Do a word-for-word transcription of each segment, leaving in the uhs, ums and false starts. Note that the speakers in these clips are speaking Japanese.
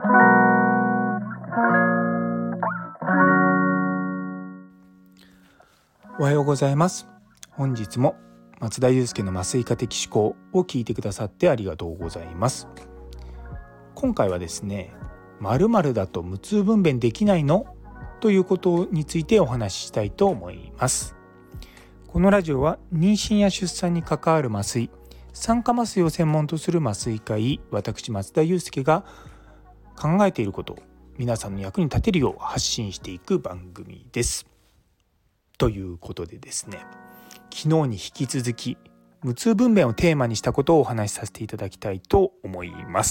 おはようございます。本日も松田祐介の麻酔科的思考を聞いてくださってありがとうございます。今回はですね、〇〇だと無痛分娩できないのということについてお話ししたいと思います。このラジオは妊娠や出産に関わる麻酔、産科麻酔を専門とする麻酔科医、私松田祐介が考えていることを皆さんの役に立てるよう発信していく番組です。ということでですね、昨日に引き続き無痛分娩をテーマにしたことをお話しさせていただきたいと思います。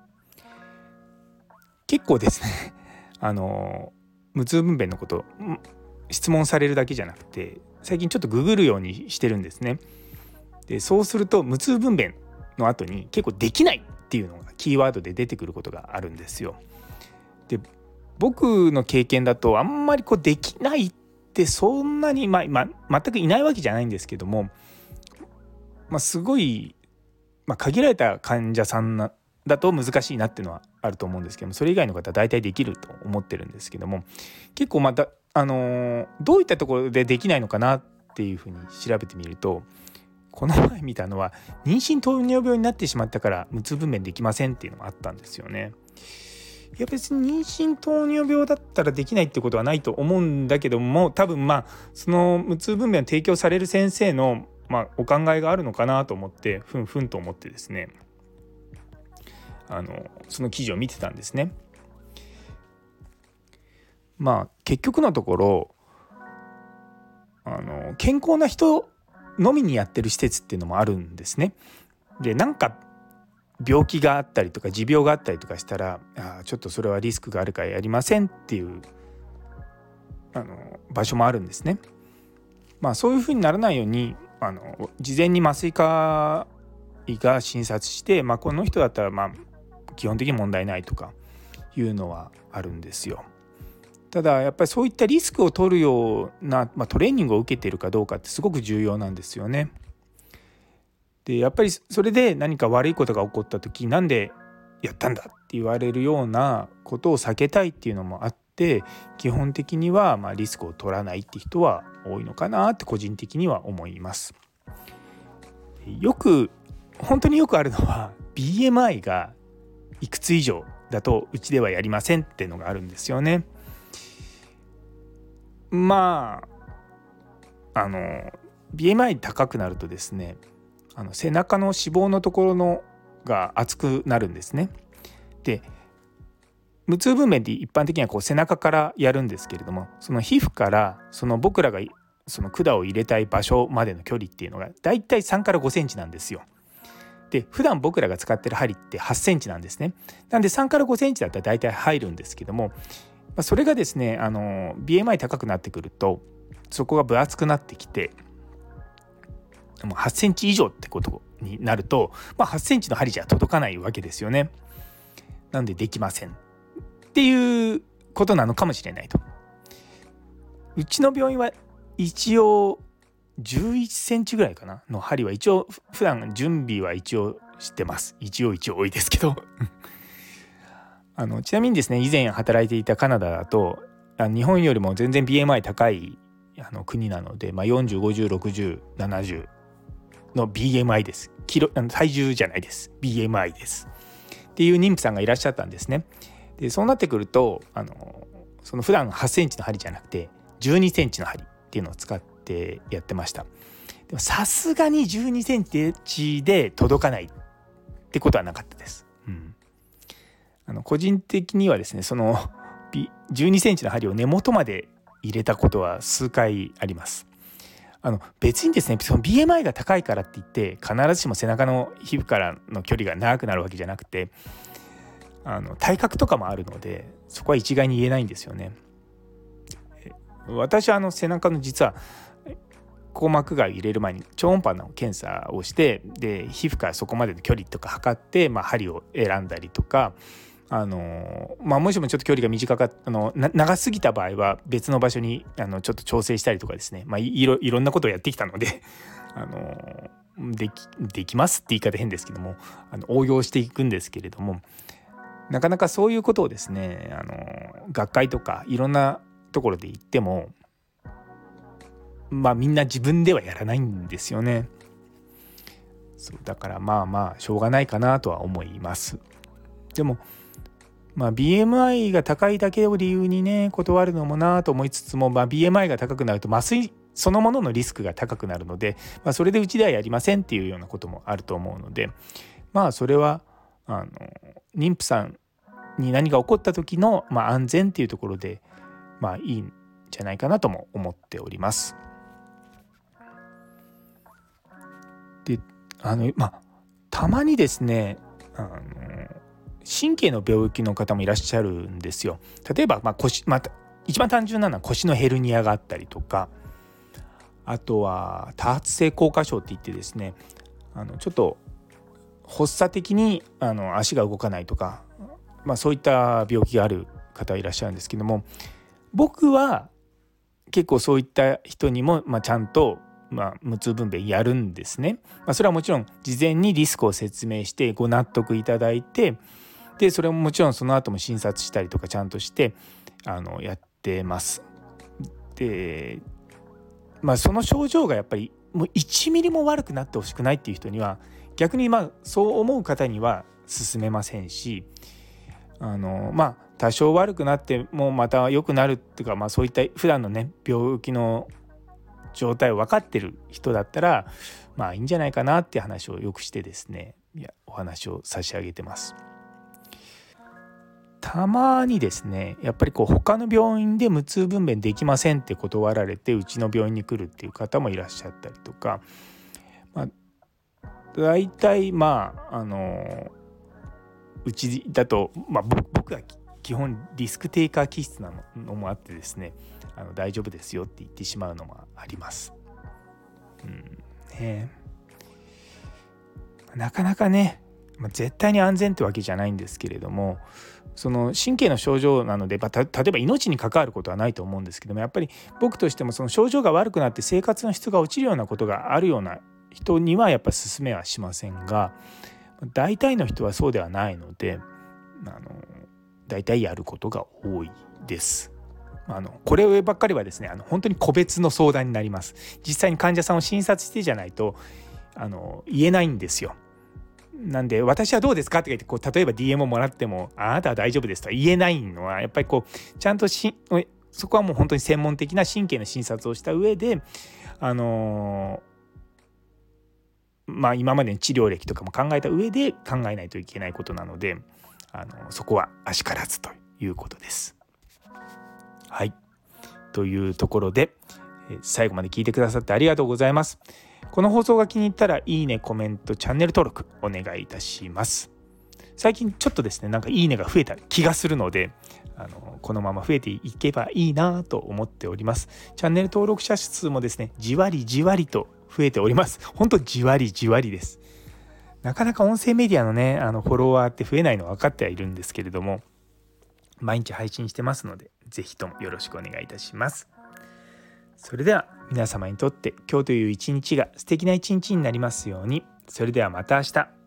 結構ですねあの無痛分娩のこと質問されるだけじゃなくて、最近ちょっとググるようにしてるんですね。でそうすると無痛分娩の後に結構できないっていうのがキーワードで出てくることがあるんですよ。で僕の経験だとあんまりこうできないってそんなに、まあまあ、全くいないわけじゃないんですけども、まあ、すごい、まあ、限られた患者さんなだと難しいなっていうのはあると思うんですけども、それ以外の方は大体できると思ってるんですけども、結構また、あのー、どういったところでできないのかなっていうふうに調べてみると、この前見たのは妊娠糖尿病になってしまったから無痛分娩できませんっていうのがあったんですよね。いや別に妊娠糖尿病だったらできないってことはないと思うんだけども、多分まあその無痛分娩を提供される先生の、まあ、お考えがあるのかなと思ってふんふんと思ってですね、あのその記事を見てたんですね。まあ結局のところあの健康な人のみにやってる施設っていうのもあるんですね。でなんか病気があったりとか持病があったりとかしたら、あちょっとそれはリスクがあるからやりませんっていうあの場所もあるんですね。まあそういうふうにならないようにあの事前に麻酔科医が診察して、まあ、この人だったらまあ基本的に問題ないとかいうのはあるんですよ。ただやっぱりそういったリスクを取るような、まあ、トレーニングを受けているかどうかってすごく重要なんですよね。でやっぱりそれで何か悪いことが起こった時、なんでやったんだって言われるようなことを避けたいっていうのもあって、基本的にはまあリスクを取らないって人は多いのかなって個人的には思います。よく本当によくあるのは ビーエムアイ がいくつ以上だとうちではやりませんっていうのがあるんですよね。まああの ビーエムアイ 高くなるとですね、あの背中の脂肪のところのが厚くなるんですね。で無痛分娩って一般的にはこう背中からやるんですけれども、その皮膚からその僕らがその管を入れたい場所までの距離っていうのがだいたいさんからごセンチなんですよ。で普段僕らが使ってる針ってはちセンチなんですね。なんでさんからごセンチだったらだいたい入るんですけども、それがですねあの ビーエムアイ 高くなってくるとそこが分厚くなってきて、もうはちセンチ以上ってことになると、まあ、はちセンチの針じゃ届かないわけですよね。なんでできませんっていうことなのかもしれないと。うちの病院は一応じゅういちセンチぐらいかなの針は一応普段準備は一応してます。一応一応多いですけどあのちなみにですね、以前働いていたカナダだと日本よりも全然 ビーエムアイ 高いあの国なので、まあ、よんじゅう、ごじゅう、ろくじゅう、ななじゅうの ビーエムアイ です。キロ体重じゃないです。ビーエムアイ ですっていう妊婦さんがいらっしゃったんですね。でそうなってくるとあのその普段はちセンチの針じゃなくてじゅうにセンチの針っていうのを使ってやってました。でもさすがにじゅうにセンチで届かないってことはなかったです。うん、あの個人的にはですね、そのじゅうにセンチの針を根元まで入れたことは数回あります。あの別にですね、その ビーエムアイ が高いからって言って必ずしも背中の皮膚からの距離が長くなるわけじゃなくて、あの体格とかもあるのでそこは一概に言えないんですよね。私はあの背中の実は硬膜外を入れる前に超音波の検査をして、で皮膚からそこまでの距離とか測って、まあ、針を選んだりとか、あのまあ、もしもちょっと距離が短かったあの長すぎた場合は別の場所にあのちょっと調整したりとかですね、まあ、いろいろんなことをやってきたのであのできできますって言い方変ですけども、あの応用していくんですけれども、 なかなかそういうことをですね、あの学会とかいろんなところで言っても、まあみんな自分ではやらないんですよね。そうだからまあまあしょうがないかなとは思います。でもまあ ビーエムアイ が高いだけを理由にね断るのもなと思いつつも、まあ、ビーエムアイ が高くなると麻酔そのもののリスクが高くなるので、まあ、それでうちではやりませんっていうようなこともあると思うので、まあそれはあの妊婦さんに何が起こった時の、まあ、安全っていうところでまあいいんじゃないかなとも思っております。であのまあたまにですねあの神経の病気の方もいらっしゃるんですよ。例えば、まあ腰また一番単純なのは腰のヘルニアがあったりとか、あとは多発性硬化症っていってですね、あのちょっと発作的にあの足が動かないとか、まあ、そういった病気がある方いらっしゃるんですけども、僕は結構そういった人にも、まあ、ちゃんと、まあ、無痛分娩やるんですね。まあ、それはもちろん事前にリスクを説明してご納得いただいて、でそれももちろんその後も診察したりとかちゃんとしてあのやってます。で、まあ、その症状がやっぱりもういちミリも悪くなってほしくないっていう人には逆にまあそう思う方には勧めませんし、あのまあ多少悪くなってもまた良くなるっていうか、まあ、そういった普段のね病気の状態を分かってる人だったらまあいいんじゃないかなっていう話をよくしてですね、いやお話を差し上げてます。たまにですねやっぱりこう他の病院で無痛分娩できませんって断られてうちの病院に来るっていう方もいらっしゃったりとか、まあ、大体まああのうちだと、まあ、僕が基本リスク低下気質なのもあってですね、あの大丈夫ですよって言ってしまうのもあります。うんね、なかなかね、まあ、絶対に安全ってわけじゃないんですけれども、その神経の症状なので、まあ、た例えば命に関わることはないと思うんですけども、やっぱり僕としてもその症状が悪くなって生活の質が落ちるようなことがあるような人にはやっぱり勧めはしませんが、大体の人はそうではないので、あの大体やることが多いです。あのこればっかりはですね、あの本当に個別の相談になります。実際に患者さんを診察してじゃないとあの言えないんですよ。なんで私はどうですかって言ってこう例えば ディーエム をもらってもあなたは大丈夫ですとは言えないのはやっぱりこうちゃんとしそこはもう本当に専門的な神経の診察をした上であのまあ今までの治療歴とかも考えた上で考えないといけないことなので、あのそこはあしからずということです。はい、というところで最後まで聞いてくださってありがとうございます。この放送が気に入ったらいいね、コメント、チャンネル登録お願いいたします。最近ちょっとですねなんかいいねが増えた気がするので、あのこのまま増えていけばいいなと思っております。チャンネル登録者数もですねじわりじわりと増えております。本当じわりじわりです。なかなか音声メディアのねあのフォロワーって増えないのは分かってはいるんですけれども、毎日配信してますのでぜひともよろしくお願いいたします。それでは皆様にとって今日という一日が素敵な一日になりますように。それではまた明日。